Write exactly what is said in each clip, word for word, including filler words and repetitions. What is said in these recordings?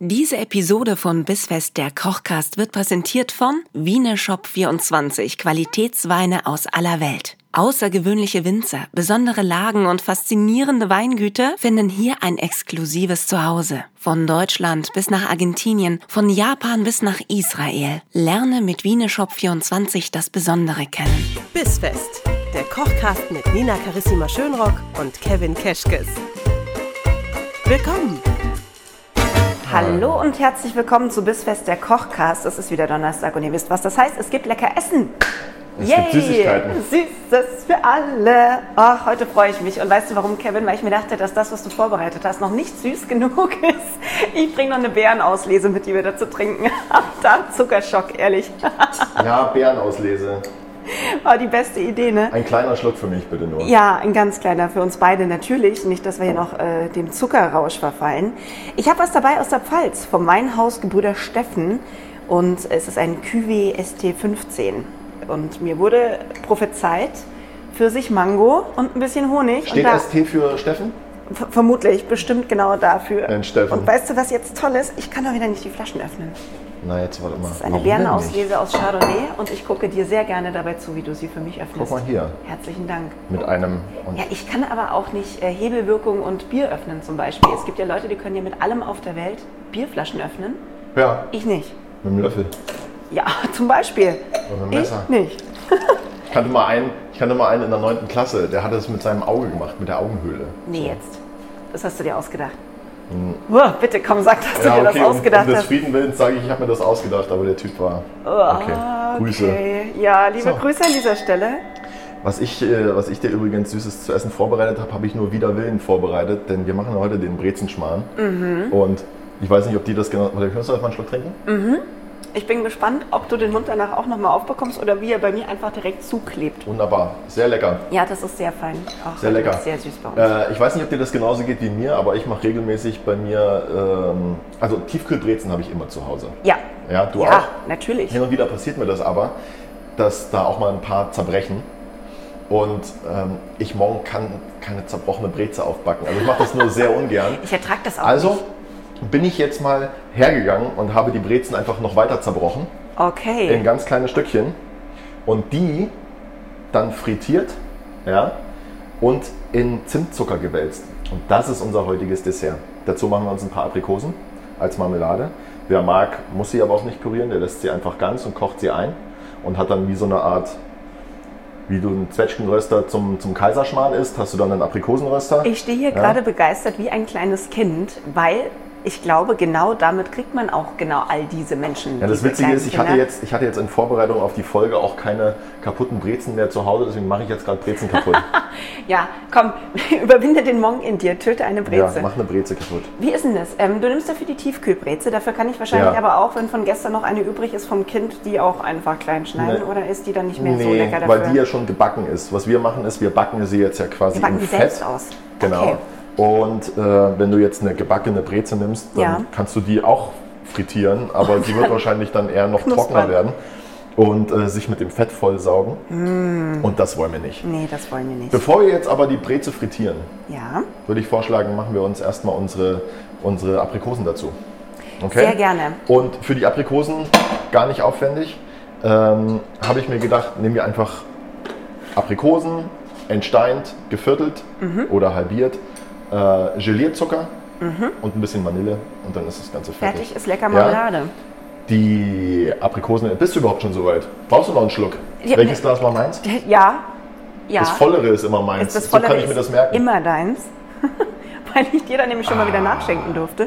Diese Episode von Bissfest, der Kochcast, wird präsentiert von Wieneshop vierundzwanzig, Qualitätsweine aus aller Welt. Außergewöhnliche Winzer, besondere Lagen und faszinierende Weingüter finden hier ein exklusives Zuhause. Von Deutschland bis nach Argentinien, von Japan bis nach Israel. Lerne mit Wieneshop vierundzwanzig das Besondere kennen. Bissfest, der Kochcast mit Nina Carissima Schönrock und Kevin Keschkes. Willkommen! Hallo und herzlich willkommen zu Bissfest, der Kochcast. Es ist wieder Donnerstag und ihr wisst, was das heißt. Es gibt lecker Essen. Es Yay! gibt Süßigkeiten. Süßes für alle. Ach, heute freue ich mich. Und weißt du warum, Kevin? Weil ich mir dachte, dass das, was du vorbereitet hast, noch nicht süß genug ist. Ich bringe noch eine Beerenauslese mit, die wir dazu trinken. Da Zuckerschock, ehrlich. Ja, Beerenauslese. War die beste Idee, ne? Ein kleiner Schluck für mich, bitte nur. Ja, ein ganz kleiner für uns beide natürlich. Nicht, dass wir hier noch äh, dem Zuckerrausch verfallen. Ich habe was dabei aus der Pfalz, vom Weinhaus Gebrüder Steffen. Und es ist ein Cuvée S T fünfzehn. Und mir wurde prophezeit Pfirsich, Mango und ein bisschen Honig. Steht und da, S T für Steffen? F- vermutlich, bestimmt genau dafür. Ein Steffen. Und weißt du, was jetzt toll ist? Ich kann doch wieder nicht die Flaschen öffnen. Na, jetzt warte mal. Das ist eine Warum denn Beerenauslese aus Chardonnay und ich gucke dir sehr gerne dabei zu, wie du sie für mich öffnest. Guck mal hier. Herzlichen Dank. Mit einem... Und Ja, ich kann aber auch nicht äh, Hebelwirkung und Bier öffnen zum Beispiel. Es gibt ja Leute, die können ja mit allem auf der Welt Bierflaschen öffnen. ja, Ich nicht. mit einem Löffel. Ja, zum Beispiel. Oder mit einem Messer. Ich nicht. Ich kannte mal einen, ich kannte mal einen in der neunten Klasse, der hat das mit seinem Auge gemacht, mit der Augenhöhle. Nee, jetzt. Das hast du dir ausgedacht. Uah, bitte komm, sag, dass du Ja, dir okay, das um, ausgedacht um des hast. Frieden Willens sage ich, ich habe mir das ausgedacht, aber der Typ war... Uah, Okay, Grüße. Okay. Ja, liebe So. Grüße an dieser Stelle. Was ich, äh, was ich dir übrigens Süßes zu essen vorbereitet habe, habe ich nur wider Willen vorbereitet, denn wir machen heute den Brezenschmarrn. Mhm. Und ich weiß nicht, ob die das genau... Oder kannst du mal einen Schluck trinken? Ich bin gespannt, ob du den Mund danach auch nochmal aufbekommst oder wie er bei mir einfach direkt zuklebt. Wunderbar, sehr lecker. Ja, das ist sehr fein. Auch Sehr heute lecker. wird's Sehr süß bei uns. Äh, ich weiß nicht, ob dir das genauso geht wie mir, aber ich mache regelmäßig bei mir, ähm, also Tiefkühlbrezen habe ich immer zu Hause. Ja. Ja, du ja, auch? natürlich. Hin und wieder passiert mir das aber, dass da auch mal ein paar zerbrechen. Und ähm, ich morgen kann keine zerbrochene Breze aufbacken. Also ich mache das nur sehr ungern. Ich ertrage das auch Also nicht. bin ich jetzt mal hergegangen und habe die Brezen einfach noch weiter zerbrochen. Okay. In ganz kleine Stückchen und die dann frittiert, ja, und in Zimtzucker gewälzt. Und das ist unser heutiges Dessert. Dazu machen wir uns ein paar Aprikosen als Marmelade. Wer mag, muss sie aber auch nicht pürieren, der lässt sie einfach ganz und kocht sie ein und hat dann wie so eine Art, wie du einen Zwetschgenröster zum, zum Kaiserschmarrn isst, hast du dann einen Aprikosenröster. Ich stehe hier Ja. gerade begeistert wie ein kleines Kind, weil ich glaube, genau damit kriegt man auch genau all diese Menschen. Ja, das diese Witzige kleinen ist, ich hatte, Kinder. jetzt, ich hatte jetzt in Vorbereitung auf die Folge auch keine kaputten Brezen mehr zu Hause, deswegen mache ich jetzt gerade Brezen kaputt. Ja, komm, überwinde den Monk in dir, töte eine Breze. Ja, mach eine Breze kaputt. Wie ist denn das? Ähm, du nimmst dafür die Tiefkühlbreze, dafür kann ich wahrscheinlich Ja. aber auch, wenn von gestern noch eine übrig ist vom Kind, die auch einfach klein schneiden, Nee. oder ist die dann nicht mehr so Nee, lecker dafür? weil die ja schon gebacken ist. Was wir machen ist, wir backen sie jetzt ja quasi Wir backen im die Fett. selbst aus. Genau. Okay. Und äh, wenn du jetzt eine gebackene Breze nimmst, dann Ja. kannst du die auch frittieren, aber sie wird wahrscheinlich dann eher noch Knuspern. trockener werden und äh, sich mit dem Fett vollsaugen. Und das wollen wir nicht. Nee, das wollen wir nicht. Bevor wir jetzt aber die Breze frittieren, Ja, würde ich vorschlagen, machen wir uns erstmal unsere, unsere Aprikosen dazu. Okay? sehr gerne. Und für die Aprikosen, gar nicht aufwendig, ähm, habe ich mir gedacht, nehmen wir einfach Aprikosen, entsteint, geviertelt oder halbiert, äh, Gelierzucker und ein bisschen Vanille und dann ist das Ganze fertig. Fertig ist lecker Ja? Marmelade. Die Aprikosen, bist du überhaupt schon so weit? Brauchst du noch einen Schluck? Ja, Welches ne- Glas war meins? Ja, ja. Das Vollere ist immer meins. Ist das so Vollere kann ich mir ist das merken. immer deins, weil ich dir dann nämlich schon mal wieder nachschenken durfte.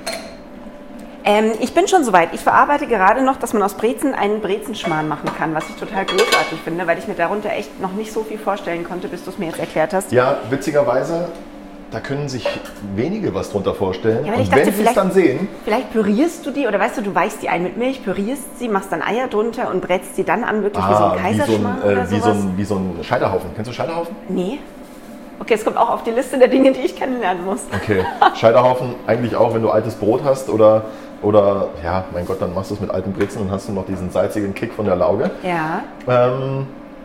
Ähm, ich bin schon soweit. Ich verarbeite gerade noch, dass man aus Brezen einen Brezenschmarrn machen kann, was ich total großartig finde, weil ich mir darunter echt noch nicht so viel vorstellen konnte, bis du es mir jetzt erklärt hast. Ja, witzigerweise, da können sich wenige was drunter vorstellen. Ja, weil ich und dachte, wenn sie es vielleicht- dann sehen, Vielleicht pürierst du die, oder weißt du, du weichst die ein mit Milch, pürierst sie, machst dann Eier drunter und brätst sie dann an, wirklich wie so ein ah, wie, so Kaiserschmarrn ein, oder äh, wie, so sowas? ein, wie so ein Scheiterhaufen. Kennst du Scheiterhaufen? Nee. Okay, es kommt auch auf die Liste der Dinge, die ich kennenlernen muss. Okay. Scheiterhaufen eigentlich auch, wenn du altes Brot hast oder, oder ja, mein Gott, dann machst du es mit alten Brezen und hast du noch diesen salzigen Kick von der Lauge. Ja. Ähm,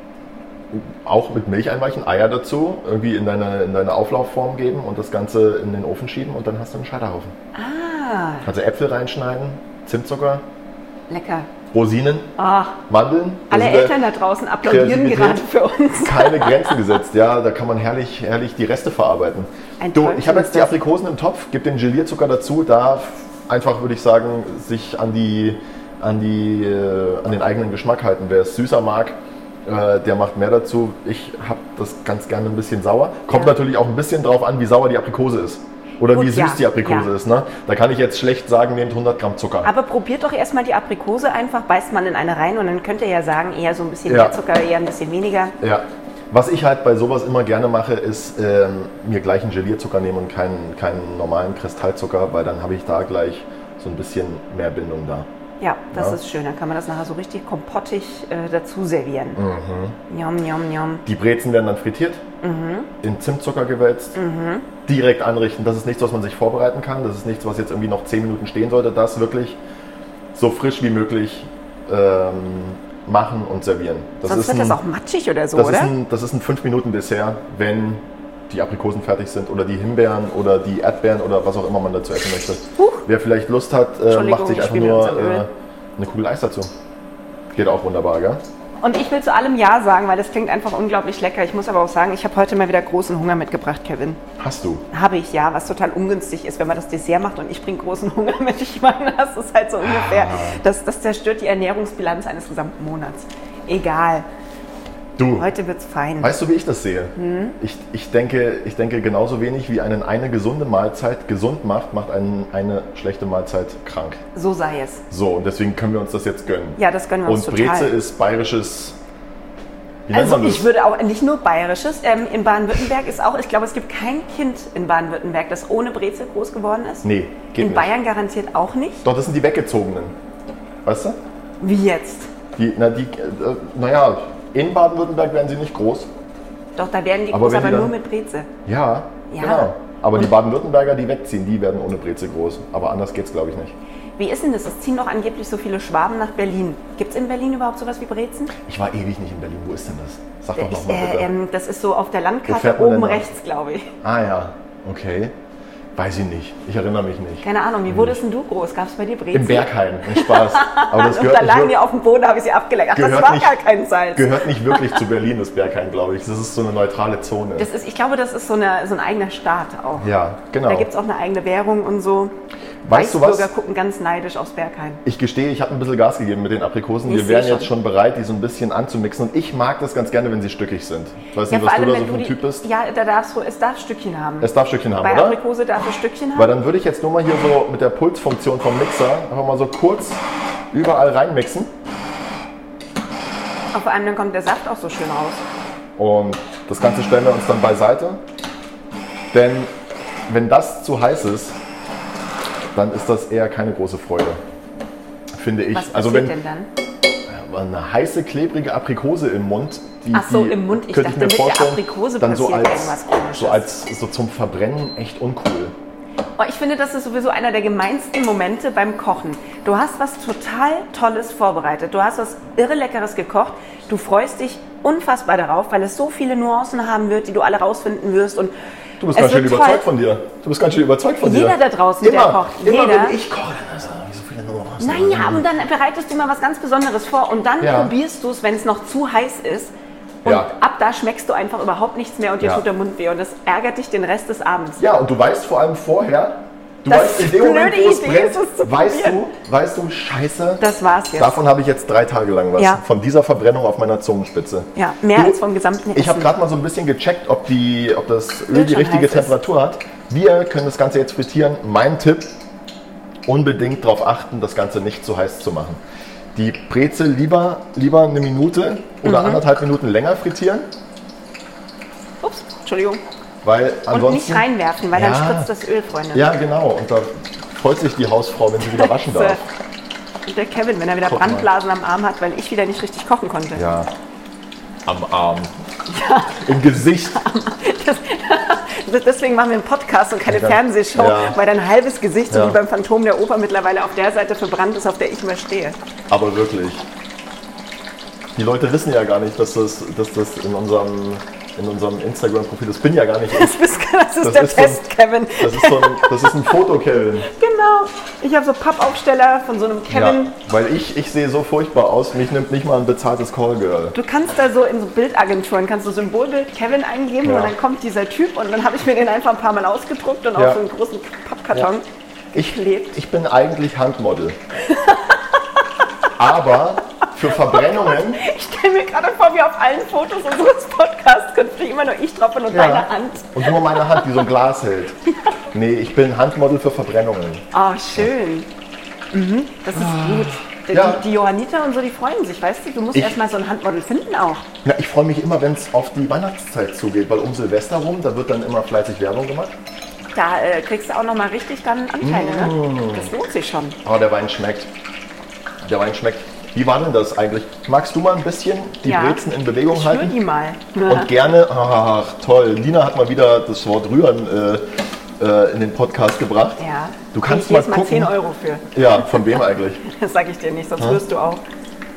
auch mit Milch einweichen, Eier dazu, irgendwie in deine, in deine Auflaufform geben und das Ganze in den Ofen schieben und dann hast du einen Scheiterhaufen. Ah, Ah, Also Äpfel reinschneiden, Zimtzucker, lecker. Rosinen, Ach, Mandeln. Da alle sind der Eltern da draußen applaudieren Kreativität gerade für uns. Keine Grenzen gesetzt. Ja, da kann man herrlich, herrlich die Reste verarbeiten. Ein Du, Träumchen ich habe ist jetzt die das. Aprikosen im Topf, gebe den Gelierzucker dazu. Da einfach, würde ich sagen, sich an, die, an, die, äh, an den eigenen Geschmack halten. Wer es süßer mag, äh, der macht mehr dazu. Ich habe das ganz gerne ein bisschen sauer. Kommt Ja. natürlich auch ein bisschen drauf an, wie sauer die Aprikose ist. Oder Gut, wie süß ja, die Aprikose ja. ist. Ne? Da kann ich jetzt schlecht sagen, nehmt hundert Gramm Zucker. Aber probiert doch erstmal die Aprikose einfach, beißt man in eine rein und dann könnt ihr ja sagen, eher so ein bisschen Ja. mehr Zucker, eher ein bisschen weniger. Ja. Was ich halt bei sowas immer gerne mache, ist ähm, mir gleich einen Gelierzucker nehmen und keinen, keinen normalen Kristallzucker, weil dann habe ich da gleich so ein bisschen mehr Bindung da. Ja, das Ja. ist schön. Dann kann man das nachher so richtig kompottig äh, dazu servieren. Mhm. Njom, njom, njom. Die Brezen werden dann frittiert, Mhm. in Zimtzucker gewälzt, direkt anrichten. Das ist nichts, was man sich vorbereiten kann. Das ist nichts, was jetzt irgendwie noch zehn Minuten stehen sollte. Das wirklich so frisch wie möglich ähm, machen und servieren. Das Sonst ist wird ein, das auch matschig oder so, das oder? Ist ein, das ist ein fünf Minuten Dessert, wenn die Aprikosen fertig sind oder die Himbeeren oder die Erdbeeren oder was auch immer man dazu essen möchte. Huch. Wer vielleicht Lust hat, äh, Entschuldigung, macht sich ich einfach spiele mit nur unserem Öl. äh, eine Kugel Eis dazu. Geht auch wunderbar, gell? Und ich will zu allem Ja sagen, weil das klingt einfach unglaublich lecker. Ich muss aber auch sagen, ich habe heute mal wieder großen Hunger mitgebracht, Kevin. Hast du? Habe ich, ja, was total ungünstig ist, wenn man das Dessert macht und ich bringe großen Hunger mit. Ich meine, das ist halt so ungefähr, das, das zerstört die Ernährungsbilanz eines gesamten Monats. Egal, Du, heute wird's fein. weißt du, wie ich das sehe? Hm? Ich, ich, denke, ich denke, genauso wenig wie einen eine gesunde Mahlzeit gesund macht, macht einen eine schlechte Mahlzeit krank. So sei es. So, und deswegen können wir uns das jetzt gönnen. Ja, das gönnen wir uns Und total. Breze ist bayerisches, wie nennt Also man das? ich würde auch, nicht nur bayerisches, ähm, in Baden-Württemberg ist auch, ich glaube, es gibt kein Kind in Baden-Württemberg, das ohne Brezel groß geworden ist. Nee, geht In nicht. Bayern garantiert auch nicht. Doch, das sind die Weggezogenen. Weißt du? Wie jetzt? Die, na, die, äh, naja, in Baden-Württemberg werden sie nicht groß. Doch, da werden die Aber groß, wenn die aber nur dann- mit Brezel. Ja, Ja. genau. Aber die Und- Baden-Württemberger, die wegziehen, die werden ohne Breze groß. Aber anders geht's, glaube ich, nicht. Wie ist denn das? Es ziehen doch angeblich so viele Schwaben nach Berlin. Gibt es in Berlin überhaupt sowas wie Brezen? Ich war ewig nicht in Berlin. Wo ist denn das? Sag doch Ich, nochmal bitte. äh, ähm, das ist so auf der Wo Landkarte fährt man oben denn da? rechts, glaube ich. Ah ja, okay. Weiß ich nicht. Ich erinnere mich nicht. Keine Ahnung, wie wurdest denn du groß? Gab es bei dir Brezen? Im Berghain. Nicht Spaß. Aber das Und gehört da lagen nicht, die auf dem Boden, habe ich sie abgeleckt. Ach, das gehört war nicht- gar kein Salz. gehört nicht wirklich zu Berlin, das Berghain, glaube ich. Das ist so eine neutrale Zone. Das ist, ich glaube, das ist so, eine, so ein eigener Staat auch. Ja, genau. Da gibt es auch eine eigene Währung und so. Weißt du Weißbürger was? gucken ganz neidisch aufs Berghain. Ich gestehe, ich habe ein bisschen Gas gegeben mit den Aprikosen. Ich Wir seh wären schon. jetzt schon bereit, die so ein bisschen anzumixen. Und ich mag das ganz gerne, wenn sie stückig sind. Ich weiß Ja, nicht, was vor du allem, da so wenn für du ein die, Typ bist. ja, da darfst du, es darf Stückchen haben. Es darf Stückchen haben, Bei oder? Aprikose darf es Stückchen haben. Weil dann würde ich jetzt nur mal hier so mit der Pulsfunktion vom Mixer einfach mal so kurz überall reinmixen. Und vor allem dann kommt der Saft auch so schön raus. Und das Ganze stellen wir uns dann beiseite. Denn wenn das zu heiß ist, dann ist das eher keine große Freude, finde ich. Was passiert also wenn denn dann? eine heiße, klebrige Aprikose im Mund, die, Ach so, die im Mund. Ich könnte dachte, mir mit der vorstellen, Aprikose dann so passiert als, irgendwas Komisches. so als so zum Verbrennen echt uncool. Oh, ich finde, das ist sowieso einer der gemeinsten Momente beim Kochen. Du hast was total Tolles vorbereitet. Du hast was irre Leckeres gekocht. Du freust dich unfassbar darauf, weil es so viele Nuancen haben wird, die du alle rausfinden wirst. Und Du bist es ganz schön wird überzeugt toll. von dir. Du bist ganz schön überzeugt von Jeder dir. da draußen, immer, der kocht. Immer Jeder. wenn ich koche, dann ist da so viele Nuancen. Nein, ja, und dann bereitest du mal was ganz Besonderes vor und dann Ja. probierst du es, wenn es noch zu heiß ist. Und Ja. ab da schmeckst du einfach überhaupt nichts mehr und dir Ja. tut der Mund weh. Und das ärgert dich den Rest des Abends. Ja, und du weißt vor allem vorher, du Das weißt in ist dem eine Moment, blöde wo es Idee, brennt, es zu weißt probieren. du, weißt du, scheiße, Das war's jetzt. davon habe ich jetzt drei Tage lang was. Ja. Von dieser Verbrennung auf meiner Zungenspitze. Ja, mehr Du, als vom gesamten Essen. Ich habe gerade mal so ein bisschen gecheckt, ob, die, ob das Öl Öl die schon richtige heiß ist. Temperatur hat. Wir können das Ganze jetzt frittieren. Mein Tipp, unbedingt darauf achten, das Ganze nicht zu heiß zu machen. Die Brezel lieber, lieber eine Minute oder Mhm. anderthalb Minuten länger frittieren, Ups, Entschuldigung. weil Und ansonsten... nicht reinwerfen, weil dann Ja. spritzt das Öl, Freunde. Ja, genau. Und da freut sich die Hausfrau, wenn sie wieder waschen So. darf. Und der Kevin, wenn er wieder Guck mal. Brandblasen am Arm hat, weil ich wieder nicht richtig kochen konnte. Ja. Am Arm. Im Gesicht. Das, deswegen machen wir einen Podcast und keine Ja. Fernsehshow, Ja. weil dein halbes Gesicht, so Ja. wie beim Phantom der Oper, mittlerweile auf der Seite verbrannt ist, auf der ich immer stehe. Aber wirklich. Die Leute wissen ja gar nicht, dass das, dass das in unserem in unserem Instagram-Profil. Das bin ja gar nicht ich. Das ist, das ist Das der ist so Test, ein- Kevin. Das ist, so ein, das ist ein Foto, Kevin. Genau. Ich habe so Pappaufsteller von so einem Kevin. Ja, weil ich, ich sehe so furchtbar aus, mich nimmt nicht mal ein bezahltes Callgirl. Du kannst da so in so Bildagenturen, kannst du Symbolbild Kevin eingeben Ja. und dann kommt dieser Typ und dann habe ich mir den einfach ein paar Mal ausgedruckt und Ja. auf so einen großen Pappkarton Ich, geklebt. ich bin eigentlich Handmodel. Aber für Verbrennungen, Ich stelle mir gerade vor, wie auf allen Fotos unseres Podcasts künftig immer nur ich drauf bin und ja, deine Hand. und nur meine Hand, die so ein Glas hält. Nee, ich bin Handmodel für Verbrennungen. Oh, schön. Mhm, das ist gut. Die, Ja. die Johanniter und so, die freuen sich, weißt du? Du musst Ich- erstmal so ein Handmodel finden auch. Ja, ich freue mich immer, wenn es auf die Weihnachtszeit zugeht, weil um Silvester rum, da wird dann immer fleißig Werbung gemacht. Da äh, kriegst du auch nochmal richtig dann Anteile, Mm. ne? Das lohnt sich schon. Aber der Wein schmeckt. Der Wein schmeckt. Wie war denn das eigentlich? Magst du mal ein bisschen die Ja. Brezen in Bewegung Ich rühr halten? die mal. Und gerne, ach toll, Lina hat mal wieder das Wort Rühren äh, äh, in den Podcast gebracht. Ja. Du kannst ich mal jetzt mal gucken. zehn Euro für. Ja, von wem eigentlich? Das sag ich dir nicht, sonst wirst du auch.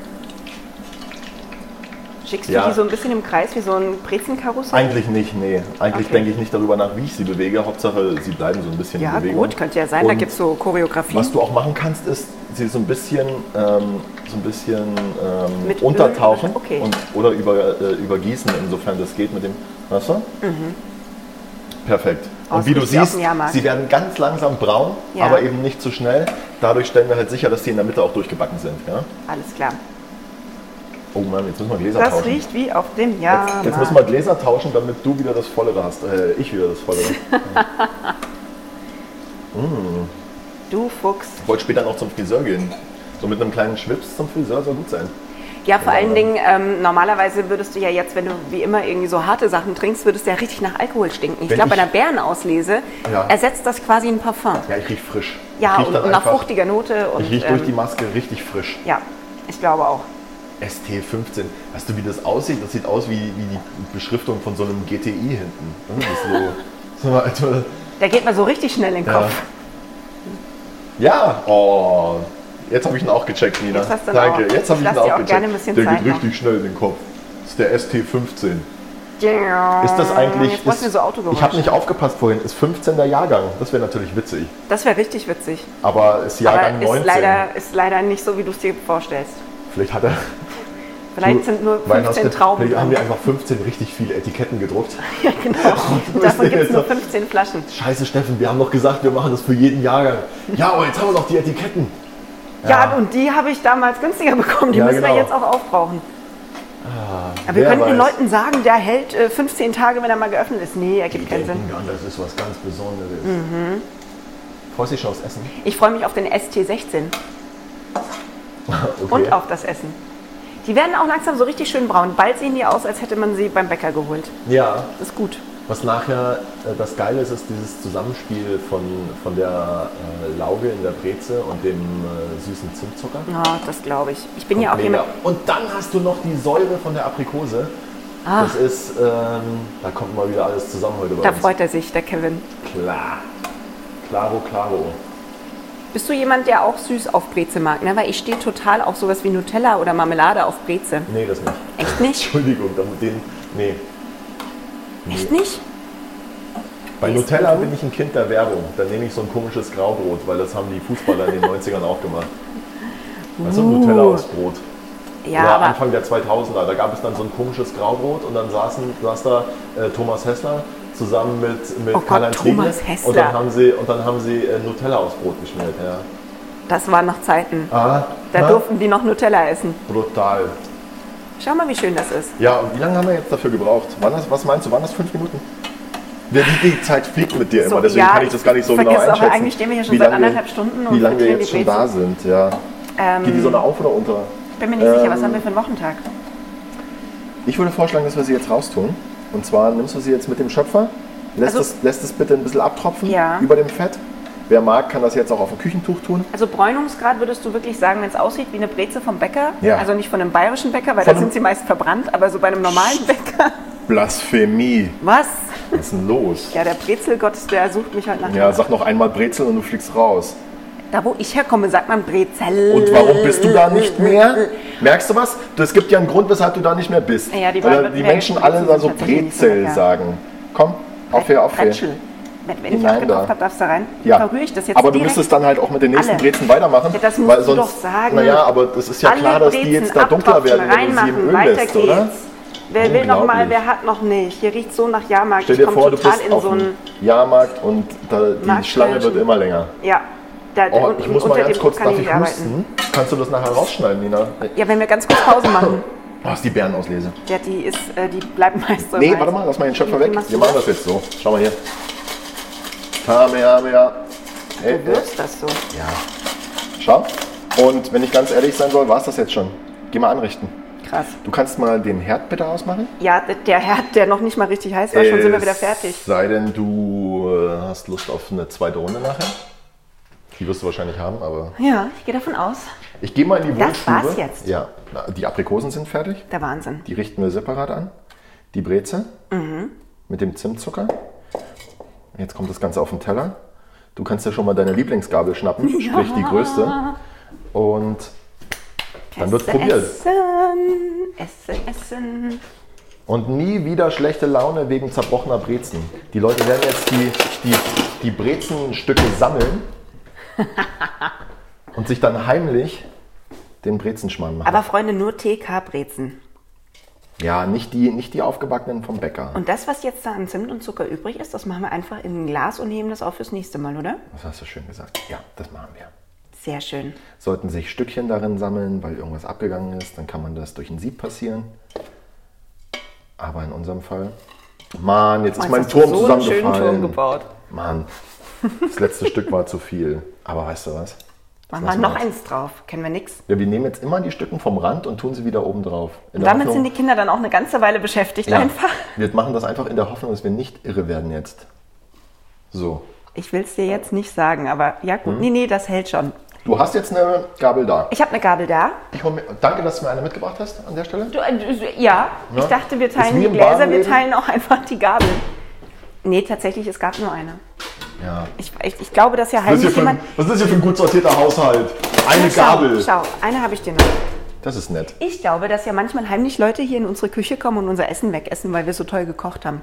Schickst du Ja. die so ein bisschen im Kreis wie so ein Brezenkarussell? Eigentlich nicht, nee. Eigentlich Okay. denke ich nicht darüber nach, wie ich sie bewege. Hauptsache, sie bleiben so ein bisschen Ja, in Bewegung. gut, könnte ja sein, da Und gibt es so Choreografien. Was du auch machen kannst, ist sie so ein bisschen, ähm, so ein bisschen ähm, Mit untertauchen Öl? Okay. und, oder über, äh, übergießen, insofern das geht mit dem Wasser. Perfekt. Oh, Und es wie du riecht wie auf siehst, dem Jahrmarkt. sie werden ganz langsam braun, Ja. aber eben nicht zu schnell. Dadurch stellen wir halt sicher, dass die in der Mitte auch durchgebacken sind. Ja? Alles klar. Oh Mann, jetzt müssen wir Gläser Das tauschen. riecht wie auf dem Jetzt, Jahrmarkt. jetzt müssen wir Gläser tauschen, damit du wieder das Vollere hast. Äh, ich wieder das Vollere. Du Fuchs. Ich wollte später noch zum Friseur gehen. So mit einem kleinen Schwips zum Friseur soll gut sein. Ja, vor allen Dingen, ähm, normalerweise würdest du ja jetzt, wenn du wie immer irgendwie so harte Sachen trinkst, würdest du ja richtig nach Alkohol stinken. Ich Wenn glaube, bei ich- einer Bärenauslese Ja. ersetzt das quasi ein Parfum. Ja, ich riech frisch. Ja, ich riech und, dann und nach einfach- fruchtiger Note. Und, Ich riech durch die ähm, Maske richtig frisch. ja, ich glaube auch. S T fünfzehn. Weißt du, wie das aussieht? Das sieht aus wie, wie die Beschriftung von so einem G T I hinten. Das ist so, so etwa, Der geht mal so richtig schnell in den Ja. Kopf. ja, oh, jetzt habe ich ihn auch gecheckt, Nina. Jetzt hast du ihn Danke, auch. jetzt habe Ich ich ihn lass auch dir auch gecheckt. gerne ein bisschen Der Zeit geht noch. richtig schnell in den Kopf. Das ist der S T fünfzehn. Ja. Ist das eigentlich... Jetzt machst du ist, so Autogeräusche. ich habe nicht aufgepasst vorhin. Ist fünfzehn der Jahrgang? Das wäre natürlich witzig. Das wäre richtig witzig. Aber ist Jahrgang Aber ist neunzehn. leider, ist leider nicht so, wie du es dir vorstellst. Vielleicht hat er... Vielleicht sind nur fünfzehn Trauben Vielleicht haben wir drin. einfach fünfzehn richtig viele Etiketten gedruckt. Ja, genau. Und davon gibt es nur fünfzehn Flaschen. Scheiße, Steffen, wir haben doch gesagt, wir machen das für jeden Jahrgang. Ja, aber jetzt haben wir noch die Etiketten. Ja, und die habe ich damals günstiger bekommen. Die Ja, müssen genau. wir jetzt auch aufbrauchen. Aber wir wer könnten den weiß. Leuten sagen, der hält äh, fünfzehn Tage, wenn er mal geöffnet ist. Nee, ergibt keinen Sinn. Denken dann, das ist was ganz Besonderes. Mhm. Freust du dich schon aufs Essen? Ich freue mich auf den S T sechzehn Okay. und auf das Essen. Die werden auch langsam so richtig schön braun. Bald sehen die aus, als hätte man sie beim Bäcker geholt. Ja, Das ist gut. was nachher äh, das Geile ist, ist dieses Zusammenspiel von, von der äh, Lauge in der Breze und dem äh, süßen Zimtzucker. Ja, das glaube ich. Ich bin ja auch Mega. jemand. Und dann hast du noch die Säure von der Aprikose. Ah. Das ist, ähm, da kommt mal wieder alles zusammen heute bei Da uns. freut er sich, der Kevin. Klar. Klaro, klaro. Bist du jemand, der auch süß auf Breze mag? Ne? Weil ich stehe total auf sowas wie Nutella oder Marmelade auf Breze. Nee, das nicht. Echt nicht? Entschuldigung, damit den. Nee. Echt nicht? Bei Wie ist Nutella das? bin ich ein Kind der Werbung. Dann nehme ich so ein komisches Graubrot, weil das haben die Fußballer in den neunzigern auch gemacht. Weißt du, Nutella aus Brot. Ja, Oder aber Anfang der zweitausender, da gab es dann so ein komisches Graubrot und dann saßen, saß da äh, Thomas Hessler zusammen mit, mit Oh Gott, Karl-Heinz Thomas Riegel Hessler. und dann haben sie, und dann haben sie äh, Nutella aufs Brot geschmiert. Ja. das waren noch Zeiten. Ah, Da na? durften die noch Nutella essen. Brutal. Schau mal, wie schön das ist. Ja, und wie lange haben wir jetzt dafür gebraucht? Waren das, was meinst du, waren das fünf Minuten? Die, die Zeit fliegt mit dir immer, So, deswegen ja, kann ich das gar nicht so ich genau vergesse auch, einschätzen. eigentlich stehen wir hier schon wie seit lange- anderthalb Stunden und Wie lange wir frittieren jetzt die schon Brezel. da sind, ja. Ähm, Geht die Sonne auf oder unter? bin mir nicht sicher, was Ähm, haben wir für einen Wochentag? Ich würde vorschlagen, dass wir sie jetzt raustun. Und zwar nimmst du sie jetzt mit dem Schöpfer, lässt, Also- es, lässt es bitte ein bisschen abtropfen Ja. über dem Fett. Wer mag, kann das jetzt auch auf ein Küchentuch tun. Also Bräunungsgrad würdest du wirklich sagen, wenn es aussieht wie eine Breze vom Bäcker? Ja. Also nicht von einem bayerischen Bäcker, weil Von da einem- sind sie meist verbrannt, aber so bei einem normalen Bäcker. Blasphemie. Was? Was ist denn los? Ja, der Brezelgott, der sucht mich heute nach. Ja, sag noch einmal Brezel und du fliegst raus. Da, wo ich herkomme, sagt man Brezel. Und warum bist du da nicht mehr? Merkst du was? Es gibt ja einen Grund, weshalb du da nicht mehr bist. Ja, die Weil die Menschen alle da so Brezel sagen. Komm, aufher, aufher. Brezel. Wenn, wenn ich abgetaucht habe, darfst du rein. Ja. Verrühre ich das jetzt aber du direkt? müsstest dann halt auch mit den nächsten Alle. Brezen weitermachen. Ja, das musst weil du sonst, doch sagen. Naja, aber das ist ja Alle klar, dass die Brezen jetzt da dunkler werden, wenn du sie im reinmachen. Öl Weiter lässt, geht's. oder? Wer will noch mal, Unglaublich. wer hat noch nicht? Hier riecht so nach Jahrmarkt. Stell Ich dir komm vor, du total bist in auf so einem einen Jahrmarkt und da, die Marktschwächen. Schlange wird immer länger. Ja. Da, Oh, und, ich muss unter mal ganz dem kurz, kann darf ich ich nicht arbeiten. husten? Kannst du das nachher rausschneiden, Nina? Ja, wenn wir ganz kurz Pause machen. Oh, ist die Bärenauslese. Ja, die, ist, äh, die bleiben meist so. Nee, weit. warte mal, lass mal den Schöpfer Wie weg. machst Wir du machen das? das jetzt so. Schau mal hier. Kamehameha. Hey, Du wirst das so. Ja. Schau. Und wenn ich ganz ehrlich sein soll, war es das jetzt schon. Geh mal anrichten. Krass. Du kannst mal den Herd bitte ausmachen. Ja, der Herd, der noch nicht mal richtig heiß war, schon sind wir wieder fertig. Es sei denn, du äh, hast Lust auf eine zweite Runde nachher. Die wirst du wahrscheinlich haben, aber... Ja, ich gehe davon aus. Ich gehe mal in die Das Wohnstube. war's jetzt. Ja, na, die Aprikosen sind fertig. Der Wahnsinn. Die richten wir separat an. Die Breze Mhm. mit dem Zimtzucker. Jetzt kommt das Ganze auf den Teller. Du kannst ja schon mal deine Lieblingsgabel schnappen, sprich die größte. Und dann wird Esse, probiert. Essen, essen, essen. Und nie wieder schlechte Laune wegen zerbrochener Brezen. Die Leute werden jetzt die, die, die Brezenstücke sammeln und sich dann heimlich den Brezenschmarrn machen. Aber Freunde, nur T K-Brezen. Ja, nicht die, nicht die aufgebackenen vom Bäcker. Und das, was jetzt da an Zimt und Zucker übrig ist, das machen wir einfach in ein Glas und heben das auf fürs nächste Mal, oder? Das hast du schön gesagt. Ja, das machen wir. Sehr schön. Sollten sich Stückchen darin sammeln, weil irgendwas abgegangen ist, dann kann man das durch ein Sieb passieren. Aber in unserem Fall... Mann, jetzt ist mein Hast du Turm so einen schönen zusammengefallen. Turm gebaut. Mann, das letzte Stück war zu viel. Aber weißt du was? Machen Lass wir mal noch jetzt. eins drauf. Kennen wir nix. Ja, wir nehmen jetzt immer die Stücken vom Rand und tun sie wieder oben drauf. In Und der damit Hoffnung- sind die Kinder dann auch eine ganze Weile beschäftigt ja, einfach. wir machen das einfach in der Hoffnung, dass wir nicht irre werden jetzt. So. Ich will es dir jetzt nicht sagen, aber ja gut. Hm? Nee, nee, das hält schon. Du hast jetzt eine Gabel da. Ich habe eine Gabel da. Ich hol mir, danke, dass du mir eine mitgebracht hast an der Stelle. Du, äh, ja, ich Ja. dachte, wir Ist teilen wie die im Gläser, wir Warenläden. teilen auch einfach die Gabel. Nee, tatsächlich, es gab nur eine. Ja. Ich, ich, ich glaube, dass ja Was ist, hier heimlich für ein, jemand... was ist das hier für ein gut sortierter Haushalt? Eine schau, Gabel. Schau, eine habe ich dir noch. Das ist nett. Ich glaube, dass ja manchmal heimlich Leute hier in unsere Küche kommen und unser Essen wegessen, weil wir so toll gekocht haben.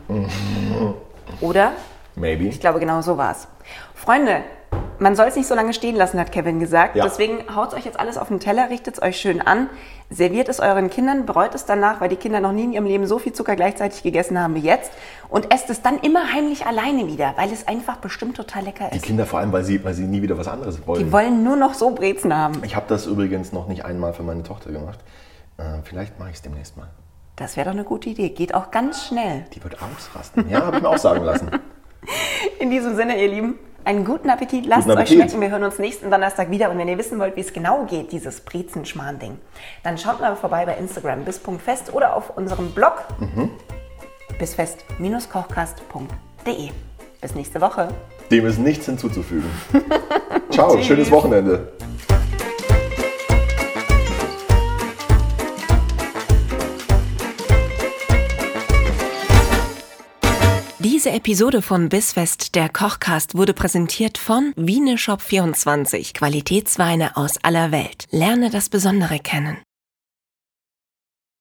Oder? Maybe. Ich glaube, genau so war es. Freunde, man soll es nicht so lange stehen lassen, hat Kevin gesagt. Ja. Deswegen haut euch jetzt alles auf den Teller, richtet es euch schön an, serviert es euren Kindern, bereut es danach, weil die Kinder noch nie in ihrem Leben so viel Zucker gleichzeitig gegessen haben wie jetzt. Und esst es dann immer heimlich alleine wieder, weil es einfach bestimmt total lecker Die ist. Kinder vor allem, weil sie, weil sie nie wieder was anderes wollen. Die wollen nur noch so Brezen haben. Ich habe das übrigens noch nicht einmal für meine Tochter gemacht. Äh, vielleicht mache ich es demnächst mal. Das wäre doch eine gute Idee. Geht auch ganz schnell. Die wird ausrasten. Ja, habe ich mir auch sagen lassen. In diesem Sinne, ihr Lieben, einen guten Appetit. Lasst Guten es euch Appetit. schmecken. Wir hören uns nächsten Donnerstag wieder. Und wenn ihr wissen wollt, wie es genau geht, dieses Brezenschmarrn-Ding, dann schaut mal vorbei bei Instagram bis.fest oder auf unserem Blog Mhm. bisfest kochcast punkt de. Bis nächste Woche. Dem ist nichts hinzuzufügen. Ciao, schönes Wochenende. Diese Episode von Bissfest, der Kochcast, wurde präsentiert von Wieneshop vierundzwanzig, Qualitätsweine aus aller Welt. Lerne das Besondere kennen.